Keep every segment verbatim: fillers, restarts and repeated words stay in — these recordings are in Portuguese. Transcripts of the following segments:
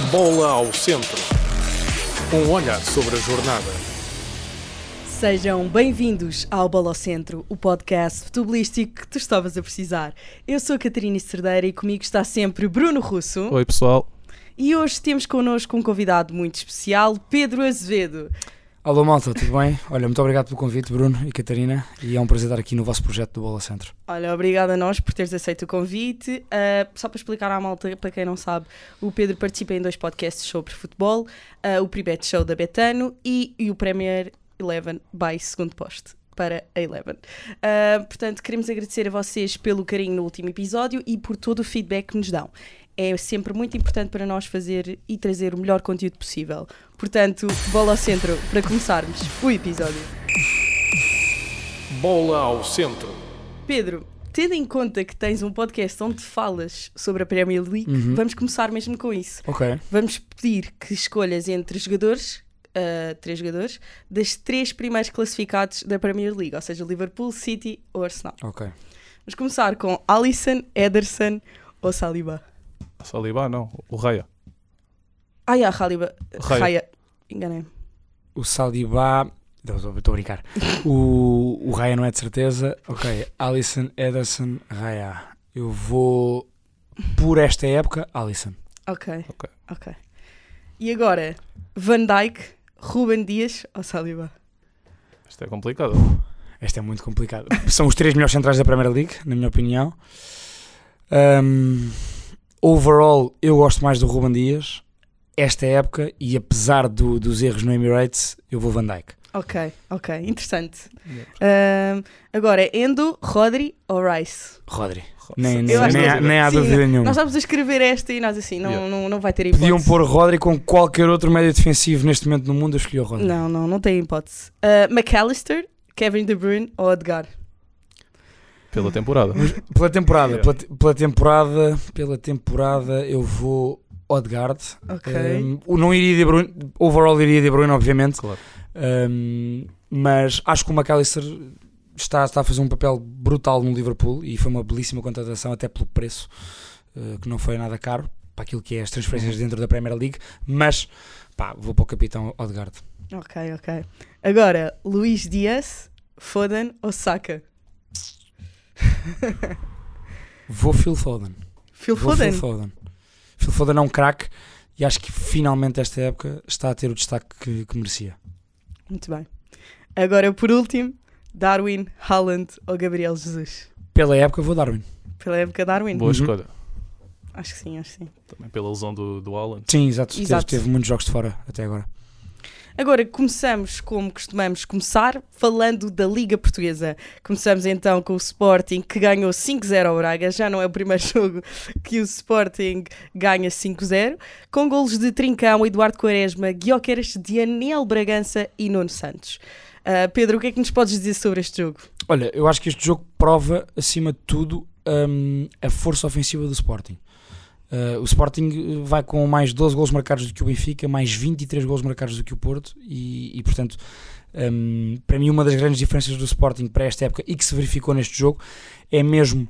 Bola ao centro. Um olhar sobre a jornada. Sejam bem-vindos ao Bola ao Centro, o podcast futebolístico que tu estavas a precisar. Eu sou a Catarina Cerdeira e comigo está sempre Bruno Russo. Oi, pessoal. E hoje temos connosco um convidado muito especial, Pedro Azevedo. Alô, malta, tudo bem? Olha, muito obrigado pelo convite, Bruno e Catarina, e é um prazer estar aqui no vosso projeto do Bola ao Centro. Olha, obrigada a nós por teres aceito o convite. Uh, só para explicar à malta, para quem não sabe, o Pedro participa em dois podcasts sobre futebol, uh, o Pre-Bet Show da Betano e, e o Premier Eleven by Segundo Poste para a Eleven. Uh, portanto, queremos agradecer a vocês pelo carinho no último episódio e por todo o feedback que nos dão. É sempre muito importante para nós fazer e trazer o melhor conteúdo possível. Portanto, bola ao centro para começarmos o episódio. Bola ao centro. Pedro, tendo em conta que tens um podcast onde falas sobre a Premier League, Uhum. vamos começar mesmo com isso. Ok. Vamos pedir que escolhas entre jogadores, uh, três jogadores, das três primeiros classificados da Premier League, ou seja, Liverpool, City ou Arsenal. Ok. Vamos começar com Alisson, Ederson ou Saliba. Saliba, não. O Raya. Ah, yeah, Saliba. Raya. Raya. Enganei. O Saliba... Estou a brincar. O, o Raya não é de certeza. Ok. Alisson, Ederson, Raya. Eu vou... Por esta época, Alisson. Ok. Ok. Ok. E agora, Van Dijk, Ruben Dias ou Saliba? Isto é complicado. Esta é muito complicado. São os três melhores centrais da Premier League, na minha opinião. Um, overall, eu gosto mais do Ruben Dias. Esta época, e apesar do, dos erros no Emirates, eu vou Van Dijk. Ok, ok. Interessante. Um, agora, Endo, Rodri ou Rice? Rodri. Sim. Nem, Eu nem, acho nem, que- há, nem há Sim, dúvida nenhuma. Nós estávamos a escrever esta e nós assim, não, Yeah. não, não vai ter hipótese. Podiam pôr Rodri com qualquer outro médio defensivo neste momento no mundo, eu escolhi o Rodri. Não, não, não tem hipótese. Uh, McAllister, Kevin De Bruyne ou Edgar? Pela temporada. Pela temporada, Yeah. pela, pela temporada, pela temporada eu vou Odegaard. Ok. Um, não iria De Bruyne, overall iria De Bruyne, obviamente. Claro. Um, mas acho que o McAllister está, está a fazer um papel brutal no Liverpool e foi uma belíssima contratação, até pelo preço, uh, que não foi nada caro para aquilo que é as transferências dentro da Premier League. Mas pá, vou para o capitão Odegaard. Ok, ok. Agora, Luís Dias, Foden ou Saka? Vou Phil Foden. Phil Vou Foden? Phil Foden. Phil Foden é um craque e acho que finalmente esta época está a ter o destaque que, que merecia. Muito bem. Agora, por último, Darwin, Haaland ou Gabriel Jesus? Pela época vou Darwin. Pela época, Darwin? Boa Uhum. escolha. Acho que sim, acho que sim. Também pela lesão do, do Haaland. Sim, exato. Teve, Exato. teve muitos jogos de fora até agora. Agora, começamos como costumamos começar, falando da Liga Portuguesa. Começamos então com o Sporting, que ganhou cinco zero ao Braga. Já não é o primeiro jogo que o Sporting ganha cinco zero. Com golos de Trincão, Eduardo Quaresma, Gyökeres, Daniel Bragança e Nuno Santos. Uh, Pedro, o que é que nos podes dizer sobre este jogo? Olha, eu acho que este jogo prova, acima de tudo, hum, a força ofensiva do Sporting. Uh, o Sporting vai com mais doze golos marcados do que o Benfica, mais vinte e três golos marcados do que o Porto e, e portanto, um, para mim uma das grandes diferenças do Sporting para esta época e que se verificou neste jogo é mesmo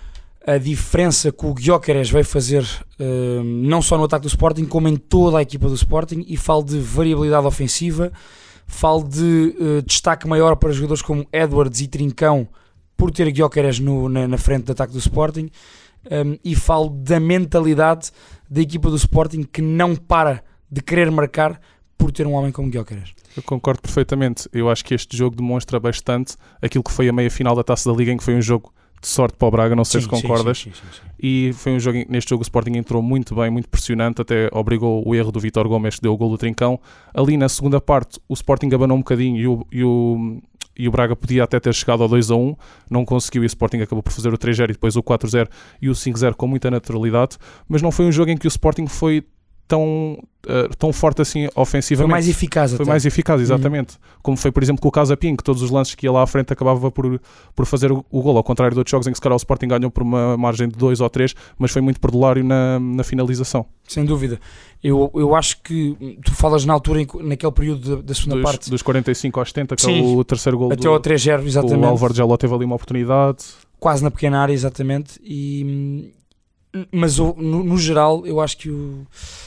a diferença que o Gyökeres veio fazer uh, não só no ataque do Sporting como em toda a equipa do Sporting, e falo de variabilidade ofensiva, falo de uh, destaque maior para jogadores como Edwards e Trincão por ter Gyökeres no, na, na frente do ataque do Sporting. Um, e falo da mentalidade da equipa do Sporting, que não para de querer marcar por ter um homem como Gyökeres. Eu concordo perfeitamente. Eu acho que este jogo demonstra bastante aquilo que foi a meia-final da Taça da Liga, em que foi um jogo de sorte para o Braga, não sei Sim, se concordas. sim, sim, sim, sim. E foi um jogo, neste jogo o Sporting entrou muito bem, muito pressionante, até obrigou o erro do Vítor Gomes, que deu o gol do Trincão. Ali na segunda parte o Sporting abanou um bocadinho e o, e o, e o Braga podia até ter chegado ao dois a um, não conseguiu, e o Sporting acabou por fazer o três zero e depois o quatro zero e o cinco zero com muita naturalidade, mas não foi um jogo em que o Sporting foi tão, uh, tão forte assim ofensivamente. Foi mais eficaz Foi até. mais eficaz, exatamente. Uhum. Como foi, por exemplo, com o Casa Pinho, que todos os lances que ia lá à frente acabava por, por fazer o, o gol, ao contrário de outros jogos em que se calhar o Sporting ganhou por uma margem de dois ou três, mas foi muito perdulário na, na finalização. Sem dúvida. Eu, eu acho que tu falas na altura, em, naquele período da, da segunda Dos, parte. dos quarenta e cinco aos setenta, que Sim, é o terceiro gol até do, ao três zero, exatamente. o Álvaro Jaló teve ali uma oportunidade. Quase na pequena área, exatamente. E, mas no, no geral, eu acho que o... que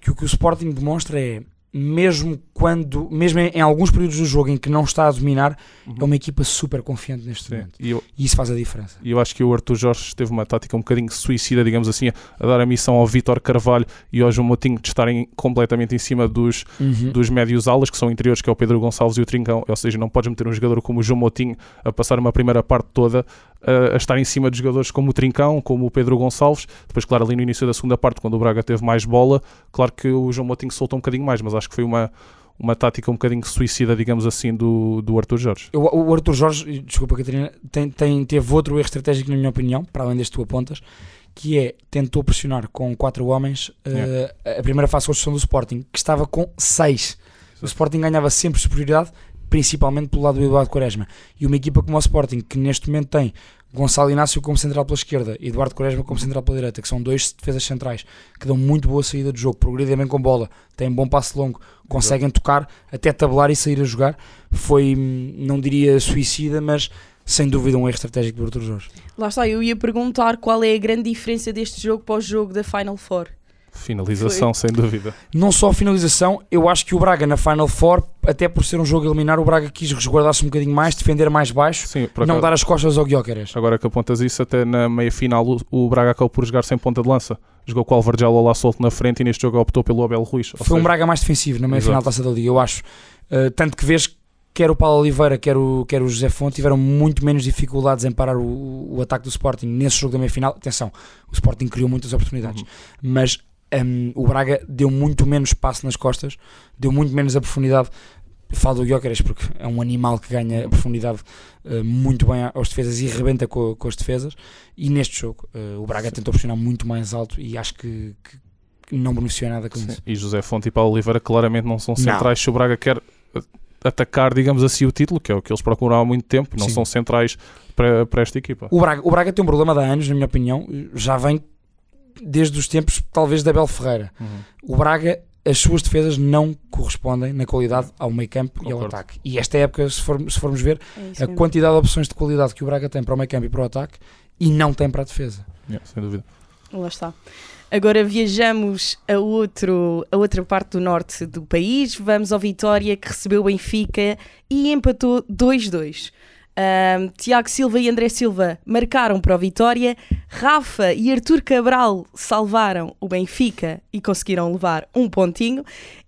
que o que o Sporting demonstra é, mesmo quando, mesmo em, em alguns períodos do jogo em que não está a dominar, uhum. é uma equipa super confiante neste Sim. momento. E, eu, e isso faz a diferença. E eu acho que o Arthur Jorge teve uma tática um bocadinho suicida, digamos assim, a dar a missão ao Vítor Carvalho e ao João Moutinho de estarem completamente em cima dos, uhum. dos médios alas, que são interiores, que é o Pedro Gonçalves e o Trincão. Ou seja, não podes meter um jogador como o João Moutinho a passar uma primeira parte toda a, a estar em cima de jogadores como o Trincão, como o Pedro Gonçalves. Depois, claro, ali no início da segunda parte, quando o Braga teve mais bola, claro que o João Moutinho soltou um bocadinho mais, mas acho que foi uma uma tática um bocadinho suicida, digamos assim, do, do Arthur Jorge. O, o Arthur Jorge, desculpa Catarina, tem, tem, teve outro erro estratégico na minha opinião, para além deste que tu apontas, que é, tentou pressionar com quatro homens yeah. uh, a primeira fase de construção do Sporting, que estava com seis. Sim. O Sporting ganhava sempre superioridade, principalmente pelo lado do Eduardo Quaresma. E uma equipa como o Sporting, que neste momento tem Gonçalo Inácio como central pela esquerda e Eduardo Quaresma como central pela direita, que são dois defesas centrais que dão muito boa saída de jogo, progredem bem com bola, têm bom passe longo, conseguem tocar, até tabelar e sair a jogar, foi, não diria suicida, mas sem dúvida um erro estratégico do Arthur Jorge. Lá está, eu ia perguntar qual é a grande diferença deste jogo para o jogo da Final Four. Finalização, foi. Sem dúvida. Não só a finalização, eu acho que o Braga na Final Four, até por ser um jogo a eliminar, o Braga quis resguardar-se um bocadinho mais, defender mais baixo, Sim, não acaso, dar as costas ao Gyökeres. Agora que apontas isso, até na meia-final o, o Braga acabou por jogar sem ponta de lança. Jogou com o Alvarjal lá solto na frente e neste jogo optou pelo Abel Ruiz. Foi seja... um Braga mais defensivo na meia-final da Taça da Liga, eu acho. Uh, tanto que vês quer o Paulo Oliveira, quer o, quer o José Fonte tiveram muito menos dificuldades em parar o, o ataque do Sporting nesse jogo da meia-final. Atenção, o Sporting criou muitas oportunidades, uhum. mas um, o Braga deu muito menos espaço nas costas, deu muito menos a profundidade. Falo do Gyökeres porque é um animal que ganha a profundidade uh, muito bem aos defesas e rebenta com, com as defesas, e neste jogo uh, o Braga tentou pressionar muito mais alto e acho que, que não beneficiou nada com Sim. isso. E José Fonte e Paulo Oliveira claramente não são centrais não. Se o Braga quer atacar, digamos assim, o título, que é o que eles procuram há muito tempo, não Sim. são centrais para, para esta equipa. O Braga, o Braga tem um problema de há anos, na minha opinião, já vem desde os tempos talvez de Abel Ferreira. Uhum. O Braga, as suas defesas não correspondem na qualidade ao meio campo Concordo. E ao ataque. E esta época, se, for, se formos ver, é a quantidade de opções de qualidade que o Braga tem para o meio campo e para o ataque e não tem para a defesa. Yeah, sem dúvida. Lá está. Agora viajamos a, outro, a outra parte do norte do país. Vamos ao Vitória, que recebeu o Benfica e empatou dois a dois. Um, Tiago Silva e André Silva marcaram para o Vitória. Rafa e Artur Cabral salvaram o Benfica e conseguiram levar um pontinho.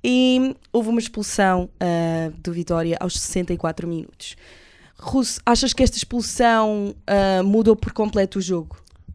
E houve uma expulsão uh, do Vitória aos sessenta e quatro minutos. Russo, achas que esta expulsão uh, mudou por completo o jogo?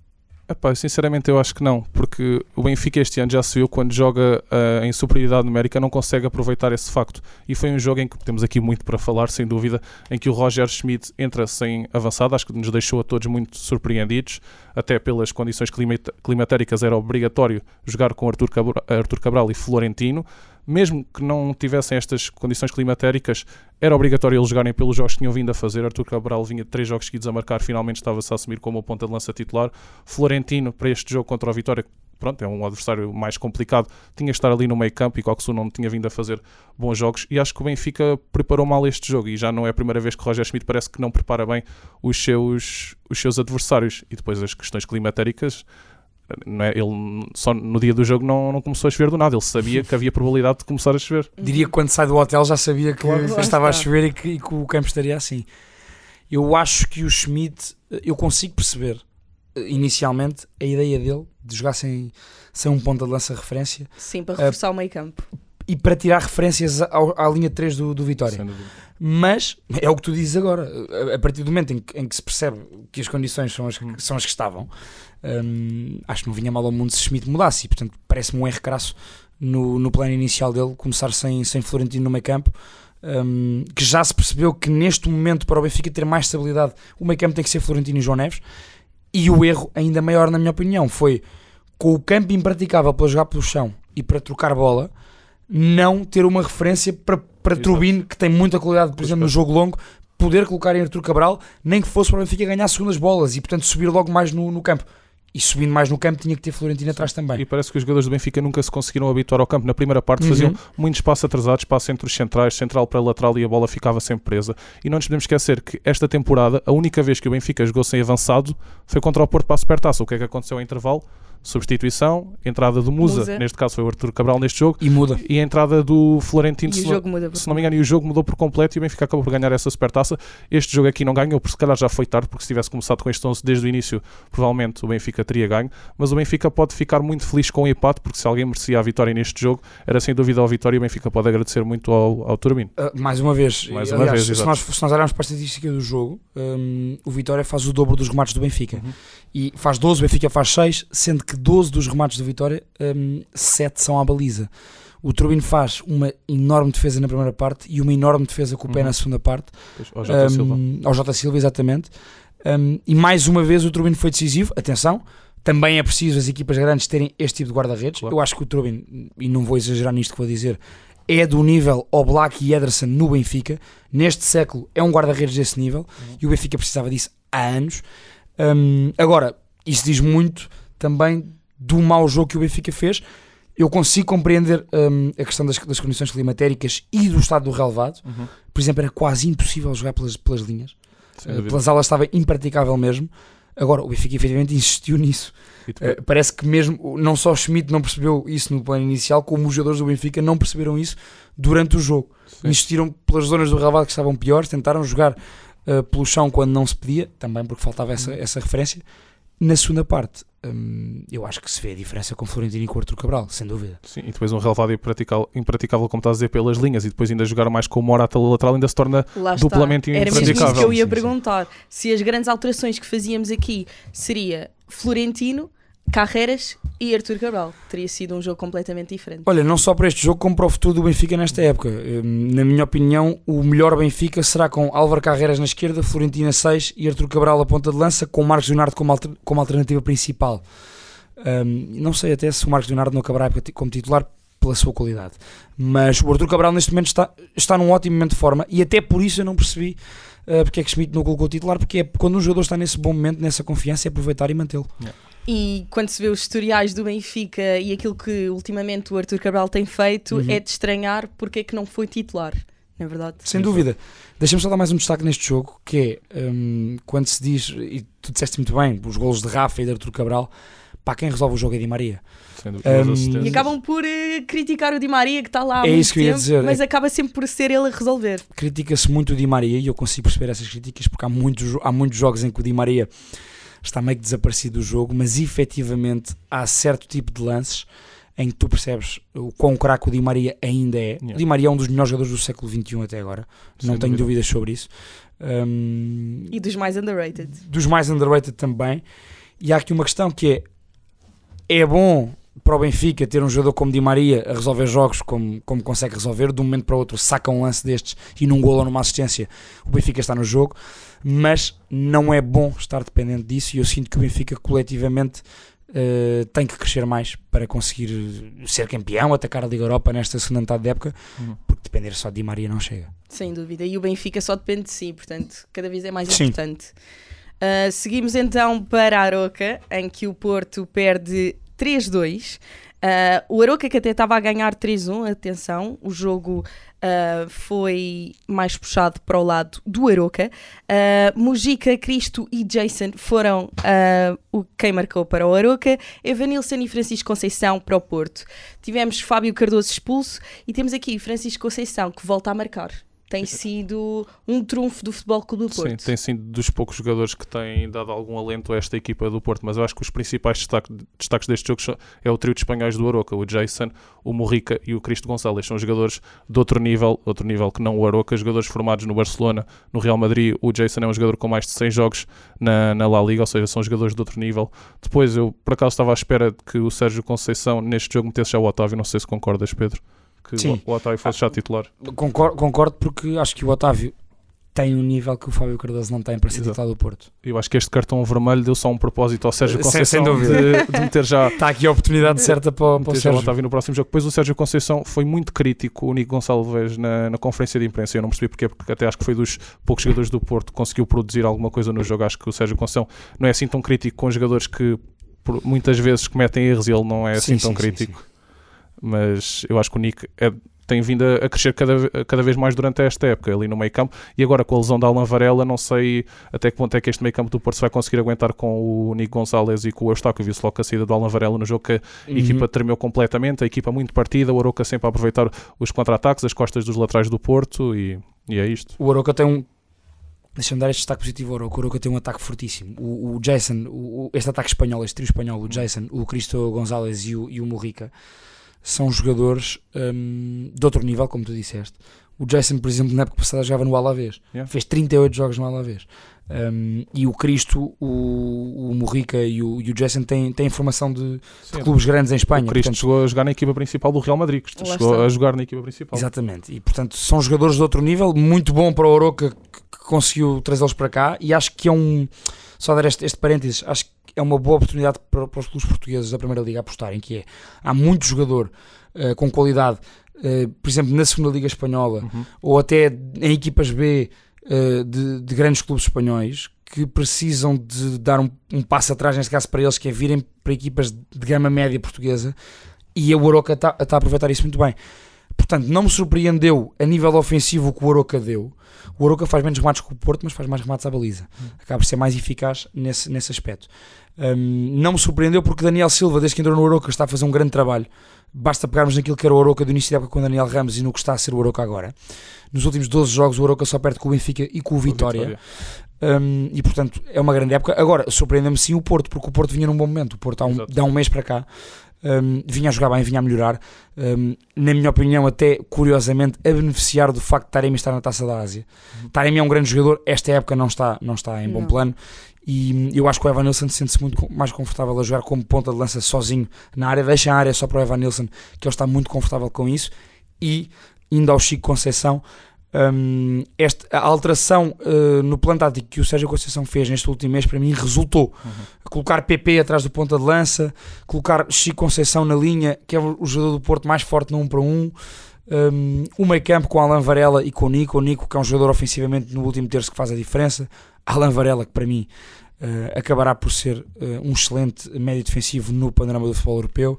Epá, sinceramente eu acho que não, porque o Benfica este ano já se viu quando joga uh, em superioridade numérica não consegue aproveitar esse facto, e foi um jogo em que temos aqui muito para falar, sem dúvida, em que o Roger Schmidt entra sem avançado, acho que nos deixou a todos muito surpreendidos, até pelas condições climat- climatéricas era obrigatório jogar com Artur Cabral, Artur Cabral e Florentino. Mesmo que não tivessem estas condições climatéricas, era obrigatório eles jogarem pelos jogos que tinham vindo a fazer. Artur Cabral vinha de três jogos seguidos a marcar, finalmente estava-se a assumir como a ponta de lança titular. Florentino, para este jogo contra o Vitória, pronto, é um adversário mais complicado, tinha que estar ali no meio campo e Coxu não tinha vindo a fazer bons jogos, e acho que o Benfica preparou mal este jogo, e já não é a primeira vez que o Roger Schmidt parece que não prepara bem os seus, os seus adversários. E depois as questões climatéricas, não é? Ele só no dia do jogo não, não começou a chover do nada, ele sabia que havia probabilidade de começar a chover. Diria que quando sai do hotel já sabia que claro, estava a chover e que, e que o campo estaria assim. Eu acho que o Schmidt, eu consigo perceber inicialmente a ideia dele de jogar sem, sem um ponta de lança referência. Sim, para reforçar uh, o meio campo e para tirar referências ao, à linha três do, do Vitória. Mas é o que tu dizes agora, a partir do momento em que, em que se percebe que as condições são as, hum. são as que estavam, hum, acho que não vinha mal ao mundo se Schmidt mudasse, e portanto parece-me um erro crasso no, no plano inicial dele começar sem, sem Florentino no meio campo, hum, que já se percebeu que neste momento para o Benfica ter mais estabilidade o meio campo tem que ser Florentino e João Neves. E o erro ainda maior, na minha opinião, foi com o campo impraticável para jogar pelo chão e para trocar bola, não ter uma referência para, para Trubin, que tem muita qualidade, por exemplo, no jogo longo, poder colocar em Artur Cabral, nem que fosse para o Benfica ganhar segundas bolas e, portanto, subir logo mais no, no campo. E subindo mais no campo tinha que ter Florentino atrás também. E parece que os jogadores do Benfica nunca se conseguiram habituar ao campo. Na primeira parte faziam uhum. muito espaço atrasado, espaço entre os centrais, central para lateral, e a bola ficava sempre presa. E não nos podemos esquecer que esta temporada, a única vez que o Benfica jogou sem avançado foi contra o Porto para a Supertaça. O que é que aconteceu ao intervalo? substituição, entrada do Musa, Musa. neste caso foi o Arthur Cabral neste jogo, E muda. e a entrada do Florentino, E se o não, jogo muda. por se não me engano, e o jogo mudou por completo e o Benfica acabou por ganhar essa supertaça. Este jogo aqui não ganhou, porque se calhar já foi tarde, porque se tivesse começado com este onze desde o início, provavelmente o Benfica teria ganho, mas o Benfica pode ficar muito feliz com o empate, porque se alguém merecia a vitória neste jogo, era sem dúvida a vitória, e o Benfica pode agradecer muito ao, ao Turbino. Uh, mais uma vez, Mais uma aliás, vez, se, exato. nós, se nós olharmos para a estatística do jogo, um, o Vitória faz o dobro dos remates do Benfica. Uhum. E faz doze, o Benfica faz seis, sendo que doze dos remates do Vitória, um, sete são à baliza. O Turbino faz uma enorme defesa na primeira parte e uma enorme defesa com o pé Uhum. na segunda parte. Pois, ao Jota um, Silva. Ao Jota Silva, exatamente. Um, e mais uma vez o Turbino foi decisivo. Atenção, também é preciso as equipas grandes terem este tipo de guarda-redes. Claro. Eu acho que o Turbino, e não vou exagerar nisto que vou dizer, é do nível Oblak e Ederson no Benfica. Neste século é um guarda-redes desse nível, Uhum. e o Benfica precisava disso há anos. Um, agora, isso diz muito também do mau jogo que o Benfica fez. Eu consigo compreender um, a questão das, das condições climatéricas e do estado do relevado. Uhum. Por exemplo, era quase impossível jogar pelas, pelas linhas. Sem Uh, dúvida. pelas alas estava impraticável mesmo. Agora, o Benfica efetivamente insistiu nisso. E depois- Uh, parece que mesmo, não só o Schmidt não percebeu isso no plano inicial, como os jogadores do Benfica não perceberam isso durante o jogo. sim. Insistiram pelas zonas do relevado que estavam piores, tentaram jogar uh, pelo chão quando não se podia, também porque faltava essa, essa referência. Na segunda parte, hum, eu acho que se vê a diferença com o Florentino e com o Arthur Cabral, sem dúvida. Sim, e depois um relevado impraticável, impraticável, como estás a dizer, pelas linhas, e depois ainda jogar mais com o Morata lateral ainda se torna Lá está. duplamente Era mesmo isso impraticável. que eu ia Sim, sim. perguntar. Se as grandes alterações que fazíamos aqui seria Florentino, Carreras e Arthur Cabral. Teria sido um jogo completamente diferente. Olha, não só para este jogo, como para o futuro do Benfica nesta época. Hum, Na minha opinião, o melhor Benfica será com Álvaro Carreras na esquerda, Florentino a seis e Arthur Cabral a ponta de lança, com Marcos Leonardo como, alter, como alternativa principal. Hum, não sei até se o Marcos Leonardo não acabará como titular pela sua qualidade. Mas o Arthur Cabral neste momento está, está num ótimo momento de forma, e até por isso eu não percebi uh, porque é que Schmidt não colocou o titular, porque é quando um jogador está nesse bom momento, nessa confiança, é aproveitar e mantê-lo. E quando se vê os historiais do Benfica e aquilo que ultimamente o Arthur Cabral tem feito, Uhum. é de estranhar porque é que não foi titular. Não é verdade? Sem dúvida. Deixa-me só dar mais um destaque neste jogo, que é, hum, quando se diz, e tu disseste muito bem, os golos de Rafa e de Arthur Cabral, pá, quem resolve o jogo é Di Maria. Sem dúvida. As Um, assistências. E acabam por eh, criticar o Di Maria, que está lá há É muito isso que eu ia tempo, dizer, mas é- acaba sempre por ser ele a resolver. Critica-se muito o Di Maria, e eu consigo perceber essas críticas, porque há muitos, jo- há muitos jogos em que o Di Maria está meio que desaparecido do jogo, mas efetivamente há certo tipo de lances em que tu percebes o quão craque o Di Maria ainda é. Yeah. O Di Maria é um dos melhores jogadores do século vinte e um até agora, Sem não tenho dúvida. dúvidas sobre isso. Hum, E dos mais underrated. dos mais underrated também. E há aqui uma questão que é: é bom para o Benfica ter um jogador como Di Maria a resolver jogos como, como consegue resolver, de um momento para o outro saca um lance destes e num golo ou numa assistência o Benfica está no jogo, mas não é bom estar dependente disso, e eu sinto que o Benfica coletivamente uh, tem que crescer mais para conseguir ser campeão, atacar a Liga Europa nesta segunda metade da época, Uhum. porque depender só de Di Maria não chega. Sem dúvida. E o Benfica só depende de si, portanto, cada vez é mais Sim. importante. Uh, seguimos então para a Aroca, em que o Porto perde três dois. Uh, o Aroca, que até estava a ganhar três um, atenção, o jogo uh, foi mais puxado para o lado do Aroca. Uh, Mujica, Cristo e Jason foram uh, o, quem marcou para o Aroca. Evanilson e Francisco Conceição para o Porto. Tivemos Fábio Cardoso expulso e temos aqui Francisco Conceição, que volta a marcar. Tem sido um trunfo do Futebol Clube do Porto. Sim, tem sido dos poucos jogadores que têm dado algum alento a esta equipa do Porto, mas eu acho que os principais destaque, destaques deste jogo são- é o trio de espanhóis do Aroca, o Jason, o Morrica e o Cristo Gonçalves. São jogadores de outro nível, outro nível que não o Aroca, jogadores formados no Barcelona, no Real Madrid. O Jason é um jogador com mais de cem jogos na, na La Liga, ou seja, são jogadores de outro nível. Depois, eu por acaso estava à espera de que o Sérgio Conceição neste jogo metesse já o Otávio, não sei se concordas, Pedro, que Sim. o, o Otávio fosse já titular. Concordo, concordo, porque acho que o Otávio tem um nível que o Fábio Cardoso não tem para ser Exato. titular do Porto. Eu acho que este cartão vermelho deu só um propósito ao Sérgio Sem- Conceição sem dúvida. de, de meter já Está aqui a oportunidade certa para, para o meter já o Sérgio. Otávio no próximo jogo. Depois o Sérgio Conceição foi muito crítico, o Nico Gonçalves, na, na conferência de imprensa. Eu não percebi porque, porque até acho que foi dos poucos jogadores do Porto que conseguiu produzir alguma coisa no jogo. Acho que o Sérgio Conceição não é assim tão crítico com jogadores que por, muitas vezes cometem erros, e ele não é assim Sim, tão sim, crítico. sim, sim. Mas eu acho que o Nico é, tem vindo a, a crescer cada, cada vez mais durante esta época, ali no meio campo, e agora com a lesão da Alan Varela, não sei até que ponto é que este meio campo do Porto se vai conseguir aguentar com o Nico Gonçalves e com o Eustáquio. Viu-se logo que a saída do Alan Varela no jogo que a uhum. equipa tremeu completamente, a equipa muito partida, o Arouca sempre a aproveitar os contra-ataques, as costas dos laterais do Porto, e, e é isto. O Arouca tem um... Deixa-me dar este destaque positivo ao Arouca. O Arouca tem um ataque fortíssimo. O, o Jason, o, este ataque espanhol, este trio espanhol, o Jason, o Cristo Gonzalez e o, e o Morrica, são jogadores um, de outro nível, como tu disseste. O Jason, por exemplo, na época passada jogava no Alavés. Yeah. Fez trinta e oito jogos no Alavés. Um, e o Cristo, o, o Morrica e o, e o Jason têm, têm formação de, de clubes grandes em Espanha. O Cristo portanto, chegou a jogar na equipa principal do Real Madrid. Chegou está. a jogar na equipa principal. Exatamente. E, portanto, são jogadores de outro nível. Muito bom para o Arouca, que, que conseguiu trazê-los para cá. E acho que é um... Só dar este, este parênteses. Acho que é uma boa oportunidade para, para os clubes portugueses da Primeira Liga apostarem, que é, há muito jogador uh, com qualidade, uh, por exemplo, na Segunda Liga Espanhola, uhum. ou até em equipas B uh, de, de grandes clubes espanhóis, que precisam de dar um, um passo atrás, neste caso para eles, que é virem para equipas de gama média portuguesa, e a Arouca está tá a aproveitar isso muito bem. Portanto, não me surpreendeu a nível ofensivo o que o Arouca deu. O Arouca faz menos remates que o Porto, mas faz mais remates à baliza. Hum. Acaba por ser mais eficaz nesse, nesse aspecto. Um, não me surpreendeu porque Daniel Silva, desde que entrou no Arouca, está a fazer um grande trabalho. Basta pegarmos naquilo que era o Arouca do início da época com o Daniel Ramos e no que está a ser o Arouca agora. Nos últimos doze jogos o Arouca só perde com o Benfica e com o Vitória. Vitória. Um, e portanto é uma grande época. Agora, surpreendeu-me sim o Porto, porque o Porto vinha num bom momento. O Porto há um, dá um mês para cá Um, vinha a jogar bem, vinha a melhorar, um, na minha opinião até curiosamente a beneficiar do facto de Taremi estar na Taça da Ásia. Uhum. Taremi é um grande jogador, esta época não está, não está em bom não. plano, e eu acho que o Evanilson sente-se muito mais confortável a jogar como ponta de lança sozinho na área, deixa a área só para o Evanilson, que ele está muito confortável com isso. E indo ao Chico Conceição, Um, esta, a alteração uh, no plano tático que o Sérgio Conceição fez neste último mês, para mim resultou. Uhum. Colocar P P atrás do ponta de lança, colocar Chico Conceição na linha, que é o jogador do Porto mais forte no um para um, um, o meio campo com Alan Varela e com o Nico, o Nico que é um jogador ofensivamente no último terço que faz a diferença, Alan Varela que para mim uh, acabará por ser uh, um excelente médio defensivo no panorama do futebol europeu.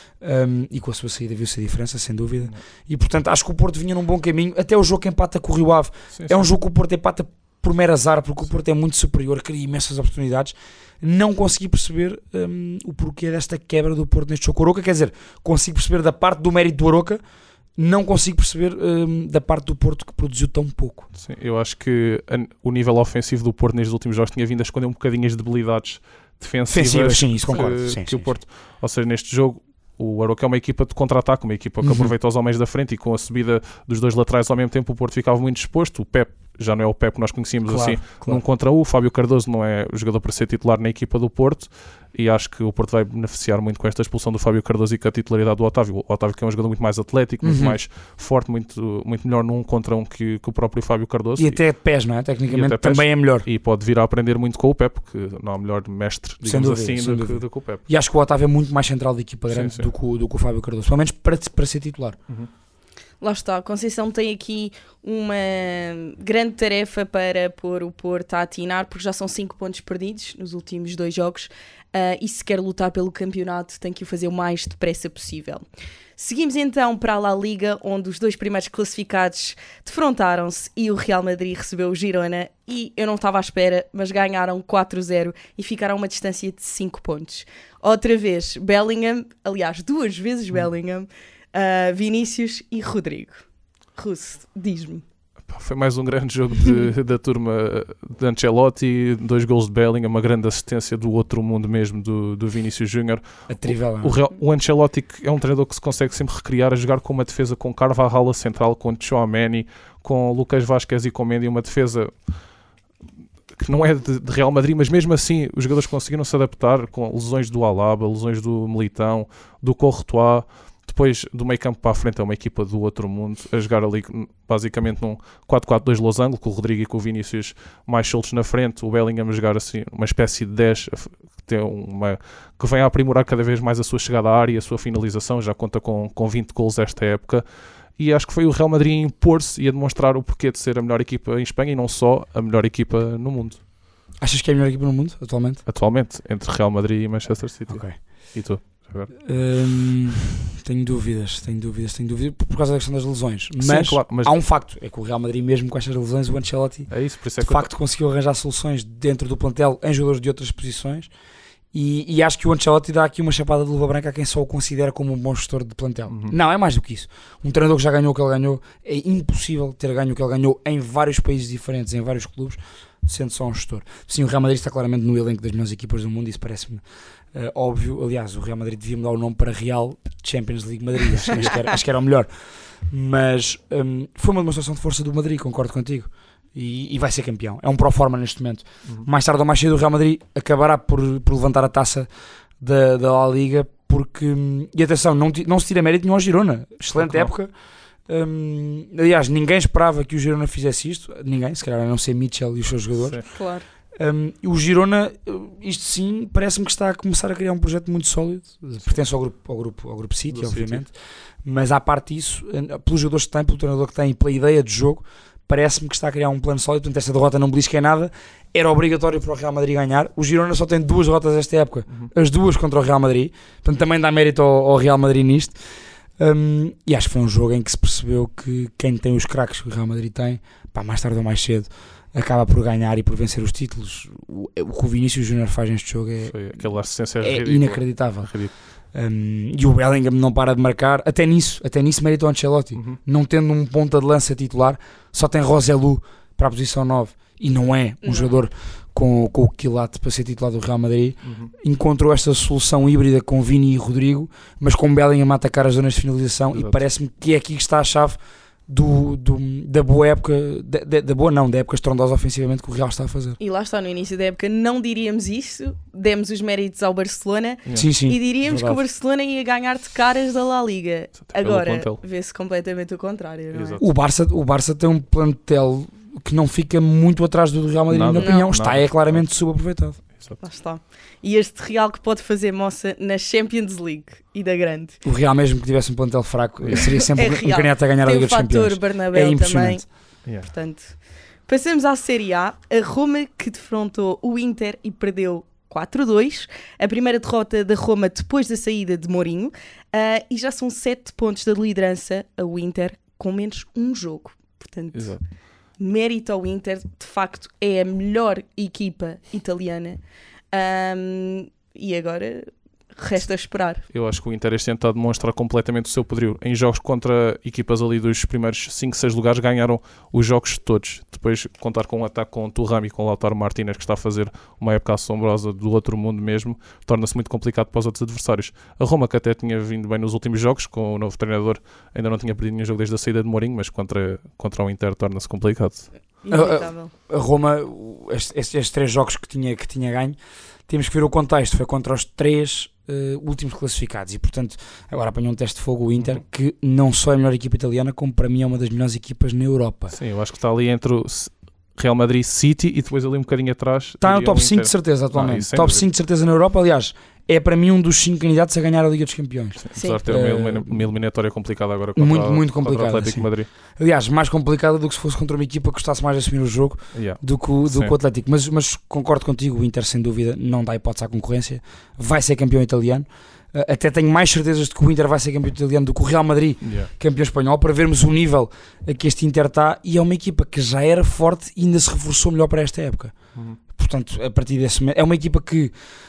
Um, e com a sua saída viu-se a diferença, sem dúvida. E portanto acho que o Porto vinha num bom caminho. Até o jogo que empata com o Rio Ave sim, é um sim. jogo que o Porto empata por mero azar, porque sim. o Porto é muito superior, cria imensas oportunidades. Não consegui perceber um, o porquê desta quebra do Porto neste jogo com o Arouca. Quer dizer, consigo perceber da parte do mérito do Arouca, não consigo perceber um, da parte do Porto que produziu tão pouco. Sim, eu acho que a, o nível ofensivo do Porto nestes últimos jogos tinha vindo a esconder um bocadinho as debilidades defensivas, defensivas sim, isso concordo. que, sim, que sim, o Porto, sim. ou seja, neste jogo o Arouca é uma equipa de contra-ataque, uma equipa que uhum. aproveita os homens da frente, e com a subida dos dois laterais ao mesmo tempo o Porto ficava muito exposto. O Pep já não é o Pep que nós conhecíamos claro, assim, claro. num contra um. O Fábio Cardoso não é o jogador para ser titular na equipa do Porto, e acho que o Porto vai beneficiar muito com esta expulsão do Fábio Cardoso e com a titularidade do Otávio. O Otávio que é um jogador muito mais atlético, muito uhum. mais forte, muito, muito melhor num contra um que, que o próprio Fábio Cardoso. E até de pés, não é? Tecnicamente também pés, é melhor. E pode vir a aprender muito com o Pep, que não há melhor mestre, digamos dúvida, assim, do que, do que o Pep. E acho que o Otávio é muito mais central da equipa grande sim, sim. Do, que, do que o Fábio Cardoso, pelo menos para, para ser titular. Uhum. Lá está, a Conceição tem aqui uma grande tarefa para pôr o Porto a atinar, porque já são cinco pontos perdidos nos últimos dois jogos, uh, e se quer lutar pelo campeonato tem que o fazer o mais depressa possível. Seguimos então para a La Liga, onde os dois primeiros classificados defrontaram-se e o Real Madrid recebeu o Girona, e eu não estava à espera, mas ganharam quatro a zero e ficaram a uma distância de cinco pontos. Outra vez Bellingham, aliás duas vezes hum. Bellingham, Uh, Vinícius e Rodrigo. Russo, diz-me. Foi mais um grande jogo de, da turma de Ancelotti, dois golos de Bellingham, uma grande assistência do outro mundo mesmo, do, do Vinícius Júnior. O, o, o Ancelotti é um treinador que se consegue sempre recriar, a jogar com uma defesa com Carvajal a central, com Tchouaméni, com Lucas Vázquez e com Mendy, uma defesa que não é de, de Real Madrid, mas mesmo assim os jogadores conseguiram se adaptar com lesões do Alaba, lesões do Militão, do Courtois. Depois, do meio campo para a frente, é uma equipa do outro mundo, a jogar ali basicamente num quatro quatro dois losango, com o Rodrigo e com o Vinícius mais soltos na frente, o Bellingham a jogar assim uma espécie de dez, que, tem uma, que vem a aprimorar cada vez mais a sua chegada à área e a sua finalização, já conta com, com vinte golos esta época, e acho que foi o Real Madrid a impor-se e a demonstrar o porquê de ser a melhor equipa em Espanha e não só a melhor equipa no mundo. Achas que é a melhor equipa no mundo, atualmente? Atualmente, entre Real Madrid e Manchester City. Ok. E tu? Um... tenho dúvidas, tenho dúvidas, tenho dúvidas por causa da questão das lesões. Sim, Mas, claro, mas há um facto, é que o Real Madrid, mesmo com estas lesões, o Ancelotti é isso, por isso é de que eu- facto conseguiu arranjar soluções dentro do plantel em jogadores de outras posições. E, e acho que o Ancelotti dá aqui uma chapada de luva branca a quem só o considera como um bom gestor de plantel. Uhum. Não, é mais do que isso. Um treinador que já ganhou o que ele ganhou, é impossível ter ganho o que ele ganhou em vários países diferentes, em vários clubes, sendo só um gestor. Sim, o Real Madrid está claramente no elenco das melhores equipas do mundo, isso parece-me uh, óbvio. Aliás, o Real Madrid devia mudar o nome para Real Champions League Madrid, acho, acho, que, era, acho que era o melhor. Mas um, foi uma demonstração de força do Madrid, concordo contigo. E, e vai ser campeão. É um pro-forma neste momento. Uhum. Mais tarde ou mais cedo o Real Madrid acabará por, por levantar a taça da, da La Liga, porque, e atenção, não, não se tira mérito nenhum ao Girona. Excelente Claro. época. Hum, aliás, ninguém esperava que o Girona fizesse isto. Ninguém, se calhar a não ser Mitchell e os seus jogadores. Sim. Claro. Um, o Girona, isto sim, parece-me que está a começar a criar um projeto muito sólido. Pertence ao grupo, ao grupo, ao grupo City, Do obviamente. Mas à parte disso, pelos jogadores que tem, pelo treinador que tem e pela ideia de jogo, parece-me que está a criar um plano sólido. Portanto, esta derrota não belisca em nada. Era obrigatório para o Real Madrid ganhar. O Girona só tem duas derrotas esta época, Uhum. as duas contra o Real Madrid. Portanto, também dá mérito ao, ao Real Madrid nisto. Um, e acho que foi um jogo em que se percebeu que quem tem os craques que o Real Madrid tem, pá, mais tarde ou mais cedo, acaba por ganhar e por vencer os títulos. O, o que o Vinícius Júnior faz neste jogo é, Foi aquela assistência é ridícula. inacreditável. Ridículo. Um, e o Bellingham não para de marcar. Até nisso, até nisso mérito ao Ancelotti. Uhum. Não tendo um ponta de lança titular, só tem Roselu para a posição nove e não é um Não. jogador com, com o quilate para ser titular do Real Madrid. Uhum. Encontrou esta solução híbrida com Vini e Rodrigo, mas com Bellingham a atacar as zonas de finalização. Exato. E parece-me que é aqui que está a chave do, do, da boa época, da, da, da boa não, da época estrondosa ofensivamente que o Real está a fazer. E lá está, no início da época não diríamos isso, demos os méritos ao Barcelona Yeah. Sim, sim. e diríamos verdade. que o Barcelona ia ganhar de caras da La Liga. Até pelo Agora plantel. vê-se completamente o contrário, não é? Exato. O Barça, o Barça tem um plantel que não fica muito atrás do Real Madrid, Nada. na minha opinião. Não. Está Nada. é claramente subaproveitado. Exato. Lá está. E este Real que pode fazer moça na Champions League e da grande. O Real, mesmo que tivesse um plantel fraco, seria sempre É um real. candidato a ganhar a Tem Liga o dos fator Campeões. Bernabéu É também. impressionante. Yeah. Portanto, passamos à Série A. A Roma que defrontou o Inter e perdeu quatro a dois. A primeira derrota da Roma depois da saída de Mourinho. Ah, e já são sete pontos da liderança ao Inter com menos um jogo. Portanto, Exato. mérito ao Inter. De facto, é a melhor equipa italiana. Ahm, e agora resta esperar. Eu acho que o Inter este ano está a demonstrar completamente o seu poderio. Em jogos contra equipas ali dos primeiros cinco, seis lugares, ganharam os jogos todos. Depois, contar com um ataque com o Thuram e com o Lautaro Martínez, que está a fazer uma época assombrosa do outro mundo mesmo, torna-se muito complicado para os outros adversários. A Roma, que até tinha vindo bem nos últimos jogos, com o novo treinador, ainda não tinha perdido nenhum jogo desde a saída de Mourinho, mas contra, contra o Inter torna-se complicado. Inevitável. A Roma, o- estes, estes- estes três jogos que tinha, que tinha ganho, temos que ver o contexto. Foi contra os três eh, últimos classificados. E, portanto, agora apanhou um teste de fogo o Inter, Uhum. que não só é a melhor equipa italiana, como para mim é uma das melhores equipas na Europa. Sim, eu acho que está ali entre o S- Real Madrid, City e depois ali um bocadinho atrás. Está no diria top o cinco Inter. de certeza atualmente. Ah, isso sem top dúvida. cinco de certeza na Europa. Aliás, é para mim um dos cinco candidatos a ganhar a Liga dos Campeões. Apesar de ter uma, Eh, elimina- uma eliminatória complicada agora contra, muito, muito contra complicada, o Atlético sim. de Madrid. Aliás, mais complicada do que se fosse contra uma equipa que gostasse mais de assumir o jogo Yeah. do que o, do Sim. que o Atlético. Mas, mas concordo contigo, o Inter sem dúvida não dá hipótese à concorrência. Vai ser campeão italiano. Uh, até tenho mais certezas de que o Inter vai ser campeão italiano do que o Real Madrid Yeah. campeão espanhol, para vermos o nível a que este Inter está. E é uma equipa que já era forte e ainda se reforçou melhor para esta época. Uhum. Portanto, a partir desse momento, é uma equipa que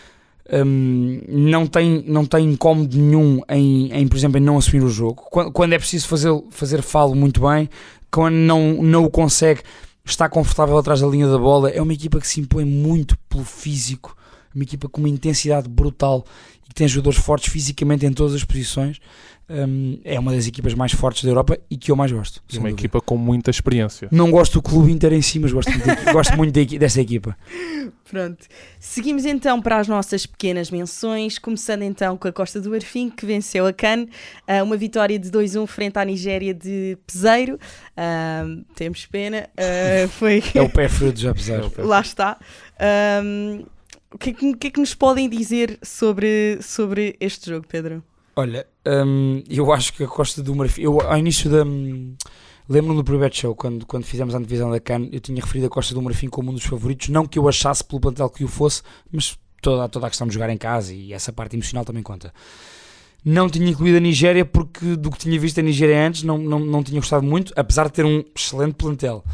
hum, não, tem, não tem incómodo nenhum em, em, por exemplo, em não assumir o jogo. Quando, quando é preciso fazer, fazer falo muito bem, quando não, não o consegue, está confortável atrás da linha da bola. É uma equipa que se impõe muito pelo físico, uma equipa com uma intensidade brutal e que tem jogadores fortes fisicamente em todas as posições. Hum, é uma das equipas mais fortes da Europa e que eu mais gosto. E sem uma dúvida. equipa com muita experiência. Não gosto do clube Inter em si, mas gosto muito, da- gosto muito da equi- dessa equipa. Pronto. Seguimos então para as nossas pequenas menções, começando então com a Costa do Marfim, que venceu a Cannes, ah, uma vitória de dois a um frente à Nigéria de Peseiro. Ah, temos pena. Ah, foi... É o pé frio dos apesar. Lá está. Ahm, o, que é que, o que é que nos podem dizer sobre, sobre este jogo, Pedro? Olha, hum, eu acho que a Costa do Marfim, eu ao início da hum, lembro-me do Private Show, quando, quando fizemos a divisão da Cannes, eu tinha referido a Costa do Marfim como um dos favoritos, não que eu achasse pelo plantel que o fosse, mas toda, toda a questão de jogar em casa e essa parte emocional também conta. Não tinha incluído a Nigéria porque do que tinha visto a Nigéria antes não, não, não tinha gostado muito, apesar de ter um excelente plantel.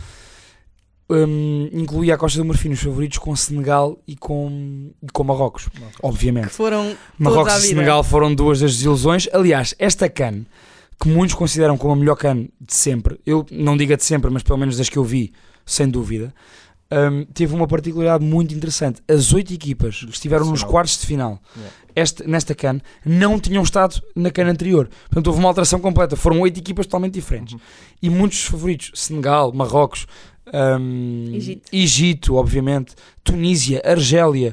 Um, incluía a Costa do Marfim nos favoritos com Senegal e com, e com Marrocos, obviamente. Que foram Marrocos todos à e vida. Senegal foram duas das desilusões. Aliás, esta CAN, que muitos consideram como a melhor CAN de sempre, eu não digo a de sempre, mas pelo menos das que eu vi, sem dúvida, um, teve uma particularidade muito interessante. As oito equipas que estiveram nos quartos de final Yeah. este, nesta CAN não tinham estado na CAN anterior. Portanto, houve uma alteração completa. Foram oito equipas totalmente diferentes. Uhum. E muitos dos favoritos, Senegal, Marrocos, um, Egito. Egito, obviamente, Tunísia, Argélia,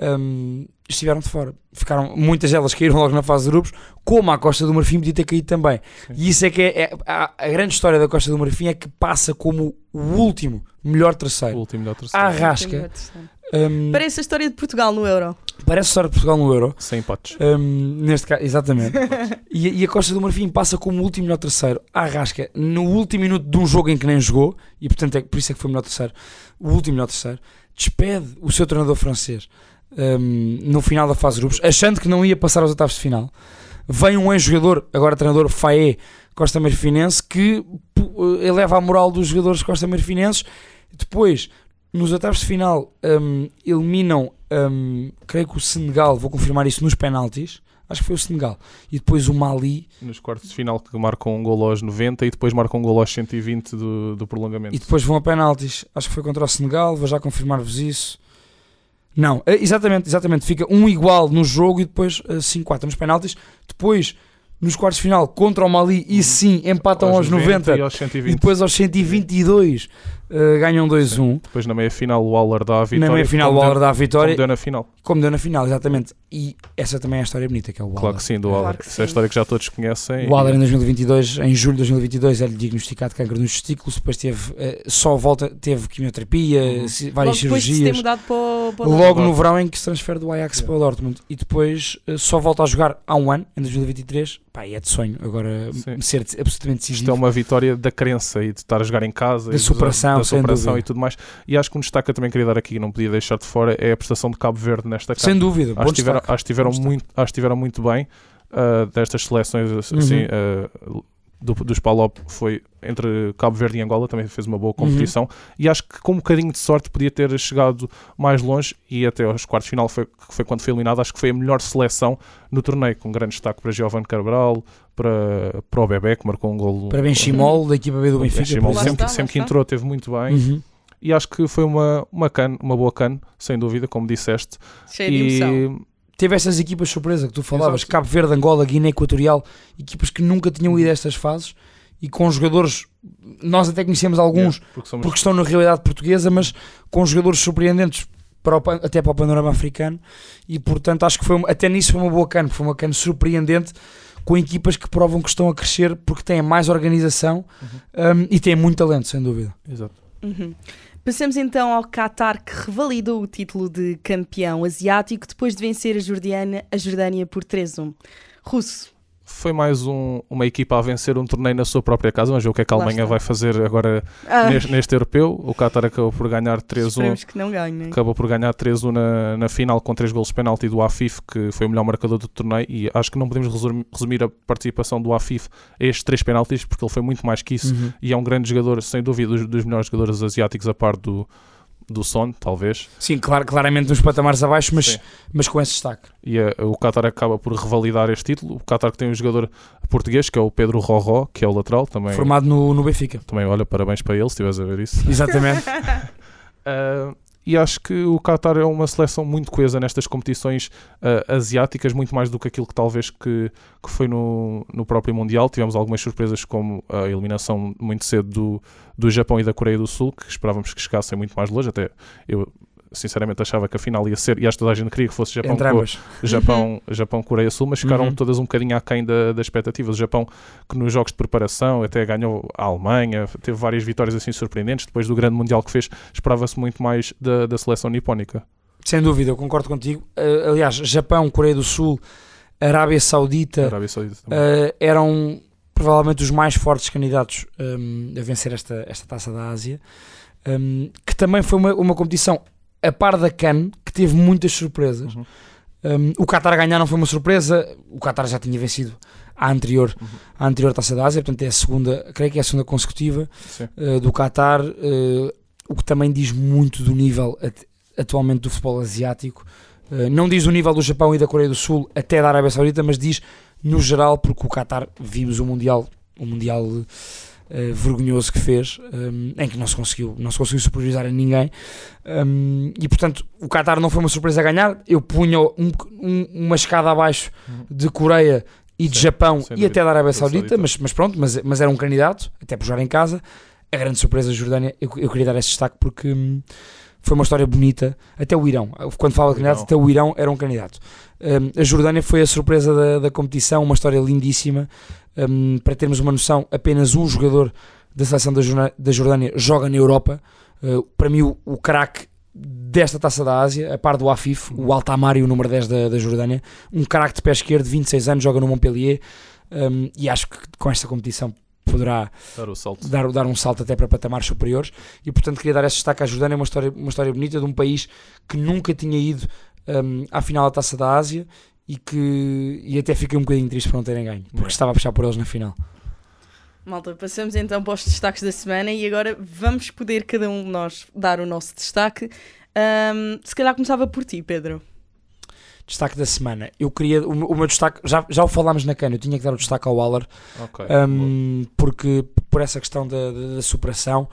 um, estiveram de fora. Ficaram, muitas delas caíram logo na fase de grupos, como a Costa do Marfim podia ter caído também. Sim. E isso é que é, é a, a grande história da Costa do Marfim, é que passa como o último melhor O terceiro. último da terceira. À rasca. Um, Parece a história de Portugal no Euro. parece a história de Portugal no Euro. Sem empates. Um, neste caso, exatamente. e, e a Costa do Marfim passa como o último melhor terceiro à rasca no último minuto de um jogo em que nem jogou, e portanto é, por isso é que foi o melhor terceiro, o último melhor terceiro, despede o seu treinador francês um, no final da fase de grupos, achando que não ia passar aos oitavos de final. Vem um ex-jogador, agora treinador Faé Costa Marfinense, que pu- eleva a moral dos jogadores Costa Marfinenses. Depois, nos oitavos de final, um, eliminam, um, creio que o Senegal, vou confirmar isso, nos penaltis. Acho que foi o Senegal. E depois o Mali. Nos quartos de final que marcam um golo aos noventa e depois marcam um golo aos cento e vinte do, do prolongamento. E depois vão a penaltis. Acho que foi contra o Senegal. Vou já confirmar-vos isso. Não, é, exatamente, exatamente. Fica um igual no jogo e depois cinco quatro nos penaltis. Depois, nos quartos de final, contra o Mali, e sim, empatam aos, noventa. E aos cento e E vinte. depois aos cento e vinte e dois uh, ganham dois a um. Depois na meia-final o Waller dá a vitória. Na meia-final o como Waller deu- dá a vitória. Como deu na final. Como deu na final, exatamente. E essa também é a história bonita, que é o Waller. Claro que sim, do Claro Waller. que Essa é a sim. história que já todos conhecem. O Waller em dois mil e vinte e dois, em julho de dois mil e vinte e dois, é-lhe diagnosticado câncer nos testículos, depois teve, eh, só volta, teve quimioterapia, Uhum. ci- várias Logo depois de se ter cirurgias. mudado para o, para o Logo Dortmund. no verão em que se transfere do Ajax Yeah. para o Dortmund. E depois eh, só volta a jogar há um ano, em dois mil e vinte e três. Pá, e é de sonho agora Sim. ser absolutamente Isto é decisivo. uma vitória da crença e de estar a jogar em casa. Da e superação, da sem superação dúvida. e tudo mais. E acho que um destaque eu também queria dar aqui, não podia deixar de fora, é a prestação de Cabo Verde nesta Sem CAN. dúvida, bom Acho que tiveram, destaque. acho que tiveram Bom muito, acho que tiveram muito bem uh, destas seleções assim, Uhum. uh, do, dos Palop, foi entre Cabo Verde e Angola, também fez uma boa Uhum. competição, e acho que com um bocadinho de sorte podia ter chegado mais longe, e até aos quartos de final, foi, que foi quando foi eliminado. Acho que foi a melhor seleção no torneio, com grande destaque para Giovanni Cabral, para, para o Bebé, que marcou um golo. Para Benchimol, da equipa B do Benfica. Benchimol, por Lá exemplo. sempre, está, lá sempre que está. entrou teve muito bem, Uhum. e acho que foi uma, uma, can, uma boa CAN, sem dúvida, como disseste. Cheio de emoção. E Teve essas equipas surpresa que tu falavas, Exato. Cabo Verde, Angola, Guiné Equatorial, equipas que nunca tinham ido a estas fases e com jogadores, nós até conhecemos alguns Yeah, porque somos porque estão na realidade portuguesa, mas com jogadores surpreendentes para o pan- até para o panorama africano, e portanto acho que foi uma- até nisso foi uma boa CAN, foi uma CAN surpreendente, com equipas que provam que estão a crescer porque têm mais organização um, e têm muito talento, sem dúvida. Exato. Uhum. Passamos então ao Qatar, que revalidou o título de campeão asiático depois de vencer a Jordânia, a Jordânia por três a um. Russo, Foi mais um- uma equipa a vencer um torneio na sua própria casa. Vamos ver o que é que a Lá Alemanha está. vai fazer agora ah, neste, neste europeu. O Qatar acabou por ganhar três a um. esperemos que não ganhem. Acabou por ganhar três a um na, na final, com três golos de penalti do Afif, que foi o melhor marcador do torneio, e acho que não podemos resumir, resumir a participação do Afif a estes três penaltis, porque ele foi muito mais que isso, Uhum. e é um grande jogador, sem dúvida, dos, dos melhores jogadores asiáticos, a par do, do Son, talvez. Sim, claro, claramente uns patamares abaixo, mas, Sim. mas com esse destaque. E a- o Qatar acaba por revalidar este título. O Qatar que tem um jogador português, que é o Pedro Rorró, que é o lateral, também, Formado no, no Benfica. também olha, parabéns para ele, se estiveres a ver isso. Exatamente. Uh, e acho que o Qatar é uma seleção muito coesa nestas competições uh, asiáticas, muito mais do que aquilo que talvez que, que foi no, no próprio Mundial. Tivemos algumas surpresas, como a eliminação muito cedo do, do Japão e da Coreia do Sul, que esperávamos que chegassem muito mais longe. Até eu sinceramente achava que a final ia ser, e acho que toda a gente queria que fosse Japão, Entre ambas. Japão, Japão, Coreia do Sul, mas ficaram Uhum. todas um bocadinho aquém da, das expectativas. O Japão, que nos jogos de preparação até ganhou a Alemanha, teve várias vitórias assim surpreendentes. Depois do grande Mundial que fez, esperava-se muito mais da, da seleção nipónica. Sem dúvida, eu concordo contigo. Uh, aliás, Japão, Coreia do Sul, Arábia A Saudita Arábia Saudita também. uh, eram provavelmente os mais fortes candidatos um, a vencer esta, esta taça da Ásia, um, que também foi uma, uma competição a par da CAN, que teve muitas surpresas. Uhum. Um, o Qatar a ganhar não foi uma surpresa, o Qatar já tinha vencido a anterior, Uhum. a anterior Taça da Ásia, portanto é a segunda, creio que é a segunda consecutiva uh, do Qatar, uh, o que também diz muito do nível at- atualmente do futebol asiático. Uh, não diz do nível do Japão e da Coreia do Sul até da Arábia Saudita, mas diz no geral, porque o Qatar, vimos o Mundial, o Mundial uh, vergonhoso que fez, um, em que não se conseguiu, não se conseguiu superiorizar a ninguém, um, e portanto o Qatar não foi uma surpresa a ganhar. Eu punha um, um, uma escada abaixo de Coreia e de Sim, Japão e dúvida. até da Arábia Saudita. Saudita, mas, mas pronto, mas, mas era um candidato, até por jogar em casa. A grande surpresa da Jordânia, eu, eu queria dar esse destaque porque hum, foi uma história bonita. Até o Irão, quando fala de candidato, Irão. até o Irão era um candidato. Um, a Jordânia foi a surpresa da, da competição, uma história lindíssima. Um, para termos uma noção, apenas um jogador da seleção da, Jorna- da Jordânia joga na Europa. Uh, para mim, o, o craque desta Taça da Ásia, a par do Afif, o Altamari, o número dez da, da Jordânia, um craque de pé esquerdo, vinte e seis anos, joga no Montpellier, um, e acho que com esta competição poderá Dar o salto. dar, dar um salto até para patamares superiores, e portanto queria dar esse destaque à Jordânia, uma história, uma história bonita de um país que nunca tinha ido um, à final da Taça da Ásia, e que e até fiquei um bocadinho triste por não terem ganho, porque É. estava a puxar por eles na final. Malta, passamos então para os destaques da semana e agora vamos poder cada um de nós dar o nosso destaque. Um, se calhar começava por ti, Pedro. Destaque da semana, eu queria, o, meu- o meu destaque, já, já o falámos na cana, eu tinha que dar o destaque ao Waller, Ok. um, porque por essa questão da, da, da superação,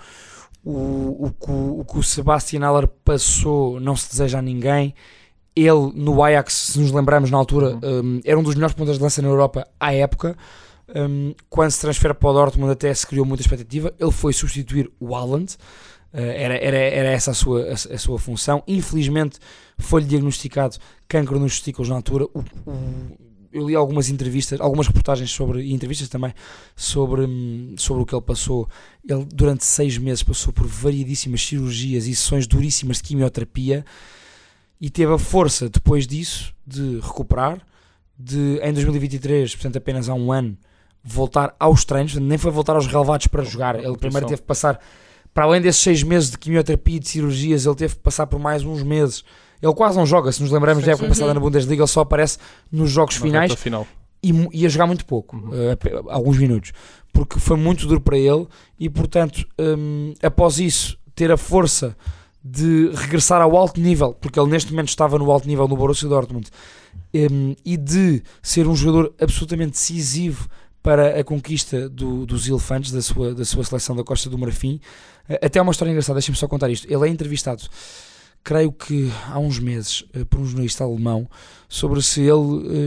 o, o, que o, o que o Sebastian Haller passou não se deseja a ninguém. Ele no Ajax, se nos lembrarmos na altura, um, era um dos melhores pontas de lança na Europa à época. Um, quando se transfere para o Dortmund até se criou muita expectativa. Ele foi substituir o Haaland, uh, era, era, era essa a sua, a, a sua função. Infelizmente foi-lhe diagnosticado cancro nos testículos na altura. O, o, eu li algumas entrevistas, algumas reportagens sobre, e entrevistas também sobre, hum, sobre o que ele passou. Ele durante seis meses passou por variedíssimas cirurgias e sessões duríssimas de quimioterapia, e teve a força depois disso de recuperar, de em dois mil e vinte e três, portanto apenas há um ano, voltar aos treinos. Nem foi voltar aos relevados para jogar. Ele primeiro teve que passar, para além desses seis meses de quimioterapia e de cirurgias, ele teve que passar por mais uns meses. Ele quase não joga, se nos lembrarmos Sim, da época sim. passada na Bundesliga, ele só aparece nos jogos Na finais reta final. e mu- ia jogar muito pouco, Uhum. uh, ap- alguns minutos, porque foi muito duro para ele, e portanto um, após isso ter a força de regressar ao alto nível, porque ele neste momento estava no alto nível no Borussia Dortmund, um, e de ser um jogador absolutamente decisivo para a conquista do, dos elefantes da sua, da sua seleção da Costa do Marfim. Uh, até uma história engraçada, deixem-me só contar isto. Ele é entrevistado, creio que há uns meses, uh, por um jornalista alemão, sobre se ele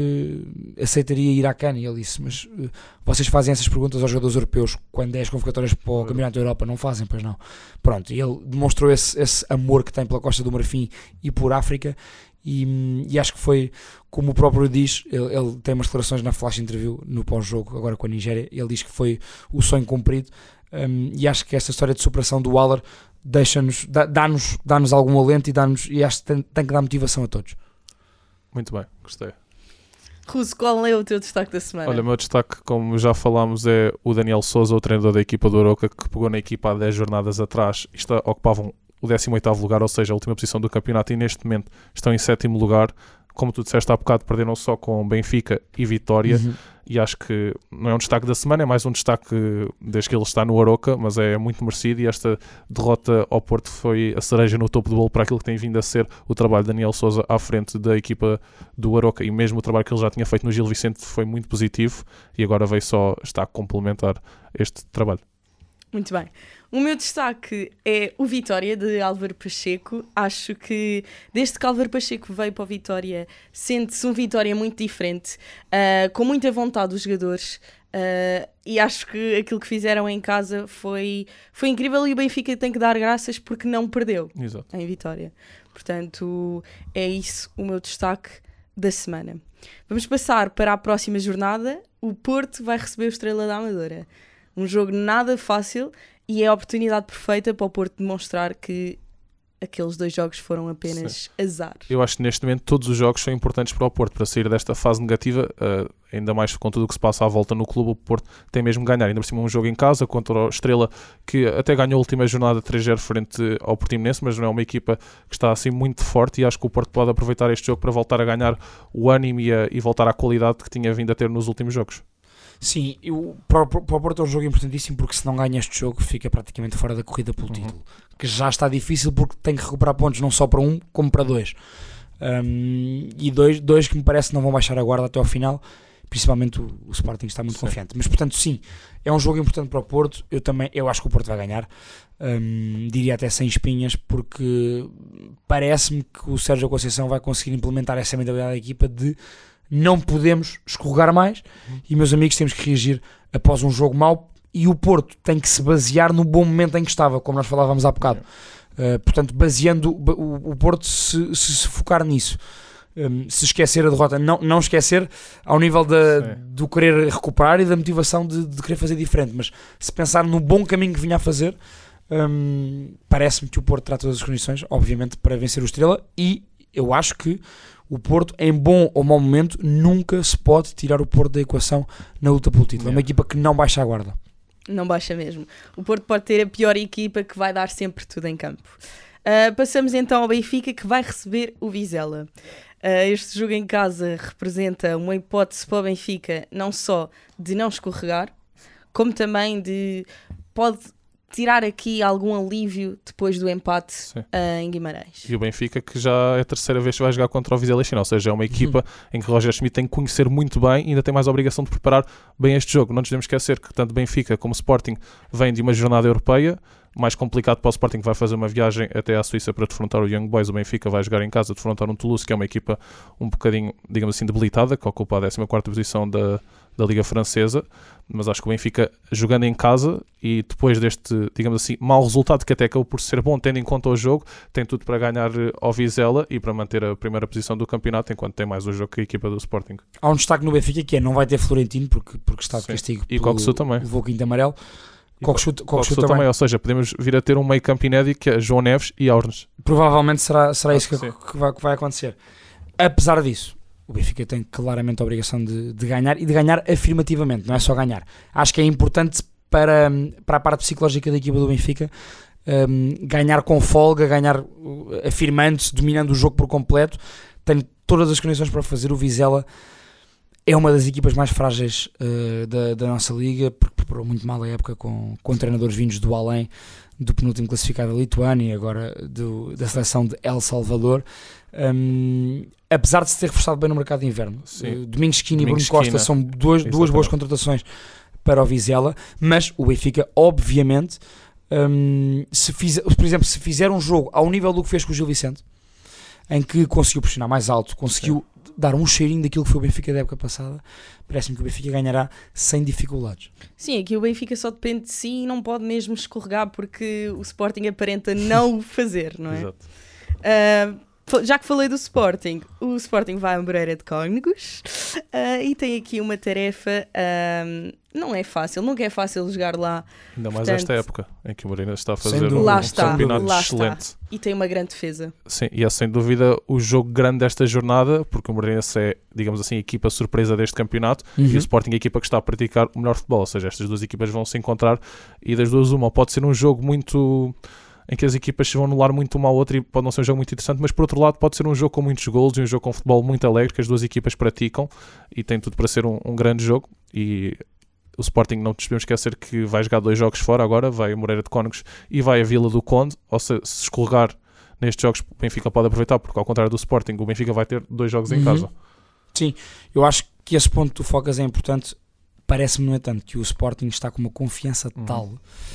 uh, aceitaria ir à CAN, e ele disse, mas uh, vocês fazem essas perguntas aos jogadores europeus quando é as convocatórias para o Campeonato da Europa? Não fazem, pois não. Pronto, e ele demonstrou esse, esse amor que tem pela Costa do Marfim e por África, e, e acho que foi, como o próprio diz, ele, ele tem umas declarações na flash interview no pós-jogo, agora com a Nigéria, ele diz que foi o sonho cumprido, um, e acho que esta história de superação do Waller deixa-nos, dá- dá-nos, dá-nos algum alento, e, dá-nos, e acho que tem, tem que dar motivação a todos. Muito bem, gostei. Russo, qual é o teu destaque da semana? Olha, o meu destaque, como já falámos, é o Daniel Sousa, o treinador da equipa do Arouca, que pegou na equipa há dez jornadas atrás e está, ocupavam o décimo oitavo lugar, ou seja, a última posição do campeonato, e neste momento estão em sétimo lugar. Como tu disseste há bocado, perderam só com Benfica e Vitória, Uhum. e acho que não é um destaque da semana, é mais um destaque desde que ele está no Arouca, mas é muito merecido, e esta derrota ao Porto foi a cereja no topo do bolo para aquilo que tem vindo a ser o trabalho de Daniel Sousa à frente da equipa do Arouca, e mesmo o trabalho que ele já tinha feito no Gil Vicente foi muito positivo, e agora veio só estar a complementar este trabalho. Muito bem. O meu destaque é o Vitória, de Álvaro Pacheco. Acho que desde que Álvaro Pacheco veio para o Vitória, sente-se um Vitória muito diferente, uh, com muita vontade dos jogadores, uh, e acho que aquilo que fizeram em casa foi, foi incrível, e o Benfica tem que dar graças porque não perdeu Exato. em Vitória. Portanto, é isso o meu destaque da semana. Vamos passar para a próxima jornada. O Porto vai receber o Estrela da Amadora. Um jogo nada fácil, e é a oportunidade perfeita para o Porto demonstrar que aqueles dois jogos foram apenas Sim. azar. Eu acho que neste momento todos os jogos são importantes para o Porto, para sair desta fase negativa, uh, ainda mais com tudo o que se passa à volta no clube. O Porto tem mesmo que ganhar, ainda por cima um jogo em casa contra o Estrela, que até ganhou a última jornada três a zero frente ao Portimonense, mas não é uma equipa que está assim muito forte, e acho que o Porto pode aproveitar este jogo para voltar a ganhar o ânimo e, a, e voltar à qualidade que tinha vindo a ter nos últimos jogos. Sim, eu, para, para o Porto é um jogo importantíssimo, porque se não ganha este jogo fica praticamente fora da corrida pelo uhum. título, que já está difícil porque tem que recuperar pontos não só para um como para dois, um, e dois, dois que me parece que não vão baixar a guarda até ao final, principalmente o, o Sporting está muito sim. confiante, mas portanto sim, é um jogo importante para o Porto. Eu também, eu acho que o Porto vai ganhar, um, diria até sem espinhas, porque parece-me que o Sérgio Conceição vai conseguir implementar essa mentalidade da equipa de não podemos escorregar mais, uhum. e meus amigos, temos que reagir após um jogo mau, e o Porto tem que se basear no bom momento em que estava, como nós falávamos há bocado. Uh, portanto, baseando o, o Porto, se, se, se focar nisso, um, se esquecer a derrota, não, não esquecer ao nível da, do querer recuperar e da motivação de, de querer fazer diferente, mas se pensar no bom caminho que vinha a fazer, um, parece-me que o Porto terá todas as condições, obviamente, para vencer o Estrela, e eu acho que o Porto, em bom ou mau momento, nunca se pode tirar o Porto da equação na luta pelo título. É uma equipa que não baixa a guarda. Não baixa mesmo. O Porto pode ter a pior equipa, que vai dar sempre tudo em campo. Uh, passamos então ao Benfica, que vai receber o Vizela. Uh, este jogo em casa representa uma hipótese para o Benfica, não só de não escorregar, como também de pode tirar aqui algum alívio depois do empate uh, em Guimarães. E o Benfica, que já é a terceira vez que vai jogar contra o Vizela, ou seja, é uma equipa uhum. em que o Roger Schmidt tem que conhecer muito bem e ainda tem mais a obrigação de preparar bem este jogo. Não nos devemos esquecer que tanto Benfica como Sporting vêm de uma jornada europeia, mais complicado para o Sporting, que vai fazer uma viagem até à Suíça para defrontar o Young Boys. O Benfica vai jogar em casa, defrontar um Toulouse, que é uma equipa um bocadinho, digamos assim, debilitada, que ocupa a décima quarta posição da, da Liga Francesa, mas acho que o Benfica, jogando em casa e depois deste, digamos assim, mau resultado, que até acabou por ser bom, tendo em conta o jogo, tem tudo para ganhar ao Vizela e para manter a primeira posição do campeonato, enquanto tem mais um jogo que a equipa do Sporting. Há um destaque no Benfica, que é, não vai ter Florentino, porque, porque está de castigo. E Coxu também. Levou o quinto amarelo. Coxu também. também, ou seja, podemos vir a ter um meio campo inédito, que é João Neves e Aurnes. Provavelmente será, será isso que, que, vai, que vai acontecer. Apesar disso, o Benfica tem claramente a obrigação de, de ganhar, e de ganhar afirmativamente, não é só ganhar. Acho que é importante para, para a parte psicológica da equipa do Benfica, um, ganhar com folga, ganhar afirmando-se, dominando o jogo por completo. Tem todas as condições para fazer. O Vizela é uma das equipas mais frágeis uh, da, da nossa liga, porque preparou muito mal a época com, com treinadores vindos do além, do penúltimo classificado da Lituânia e agora do, da seleção de El Salvador. Um, apesar de se ter reforçado bem no mercado de inverno, uh, Domingos Esquina e Bruno Costa são duas, duas boas contratações para o Vizela, mas o Benfica, obviamente, um, se fizer, por exemplo, se fizer um jogo ao nível do que fez com o Gil Vicente, em que conseguiu pressionar mais alto, conseguiu Sim. dar um cheirinho daquilo que foi o Benfica da época passada, parece-me que o Benfica ganhará sem dificuldades. Sim, aqui o Benfica só depende de si e não pode mesmo escorregar, porque o Sporting aparenta não o fazer, não é? Exato. Uh, já que falei do Sporting, o Sporting vai a Moreira de Cónegos uh, e tem aqui uma tarefa, uh, não é fácil, nunca é fácil jogar lá. Ainda mais portanto, esta época, em que o Moreira está a fazer um, lá um está, campeonato lá excelente. Está. E tem uma grande defesa. Sim, e é sem dúvida o jogo grande desta jornada, porque o Moreirense é, digamos assim, a equipa surpresa deste campeonato, uhum. e o Sporting é a equipa que está a praticar o melhor futebol, ou seja, estas duas equipas vão se encontrar e das duas uma. Pode ser um jogo muito... em que as equipas se vão anular muito uma à outra e pode não ser um jogo muito interessante, mas por outro lado pode ser um jogo com muitos golos e um jogo com futebol muito alegre que as duas equipas praticam e tem tudo para ser um, um grande jogo. E o Sporting, não nos devemos esquecer que vai jogar dois jogos fora agora, vai a Moreira de Cónegos e vai a Vila do Conde, ou seja, se escorregar nestes jogos o Benfica pode aproveitar, porque ao contrário do Sporting o Benfica vai ter dois jogos em uhum. casa. Sim, eu acho que esse ponto que tu focas é importante. Parece-me, no entanto, que o Sporting está com uma confiança uhum. tal,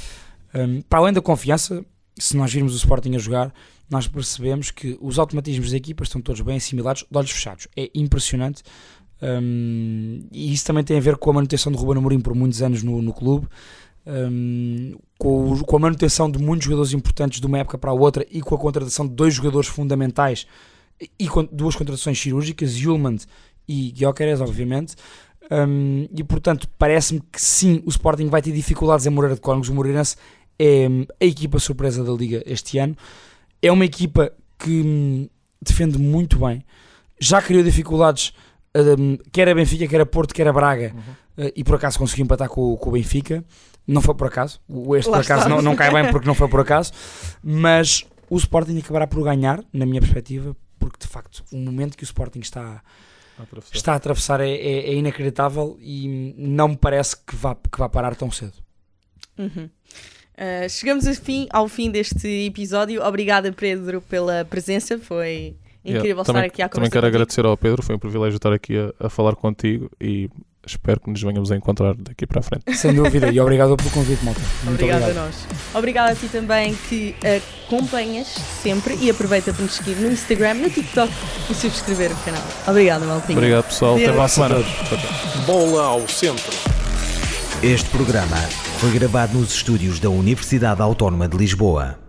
um, para além da confiança, se nós virmos o Sporting a jogar, nós percebemos que os automatismos da equipa estão todos bem assimilados, de olhos fechados. É impressionante. Um, e isso também tem a ver com a manutenção de Ruben Amorim por muitos anos no, no clube, um, com, o, com a manutenção de muitos jogadores importantes de uma época para a outra e com a contratação de dois jogadores fundamentais e com duas contratações cirúrgicas, Yulman e Gyökeres, obviamente. Um, e portanto, parece-me que sim, o Sporting vai ter dificuldades em Moreira de Cónegos. O Moreirense é a equipa surpresa da Liga este ano é uma equipa que hum, defende muito bem, já criou dificuldades, um, quer a Benfica, quer a Porto, quer a Braga, uhum. uh, e por acaso conseguiu empatar com, com o Benfica. Não foi por acaso, este Lá por acaso não, não cai bem porque não foi por acaso, mas o Sporting acabará por ganhar, na minha perspectiva, porque de facto o momento que o Sporting está a atravessar, está a atravessar é, é, é inacreditável e não me parece que vá, que vá parar tão cedo. Uhum. Uh, chegamos ao fim, ao fim deste episódio. Obrigada, Pedro, pela presença, foi incrível yeah, estar também, aqui à conversa. Também quero contigo. agradecer ao Pedro, foi um privilégio estar aqui a, a falar contigo e espero que nos venhamos a encontrar daqui para a frente. Sem dúvida, e obrigado pelo convite, malta. Muito Obrigada obrigado. a nós. Obrigada a ti também que acompanhas sempre e aproveita para nos seguir no Instagram, no TikTok e subscrever o canal. Obrigada, Maltinho. Obrigado, pessoal. Até para a semana. Bola ao centro. Este programa foi gravado nos estúdios da Universidade Autónoma de Lisboa.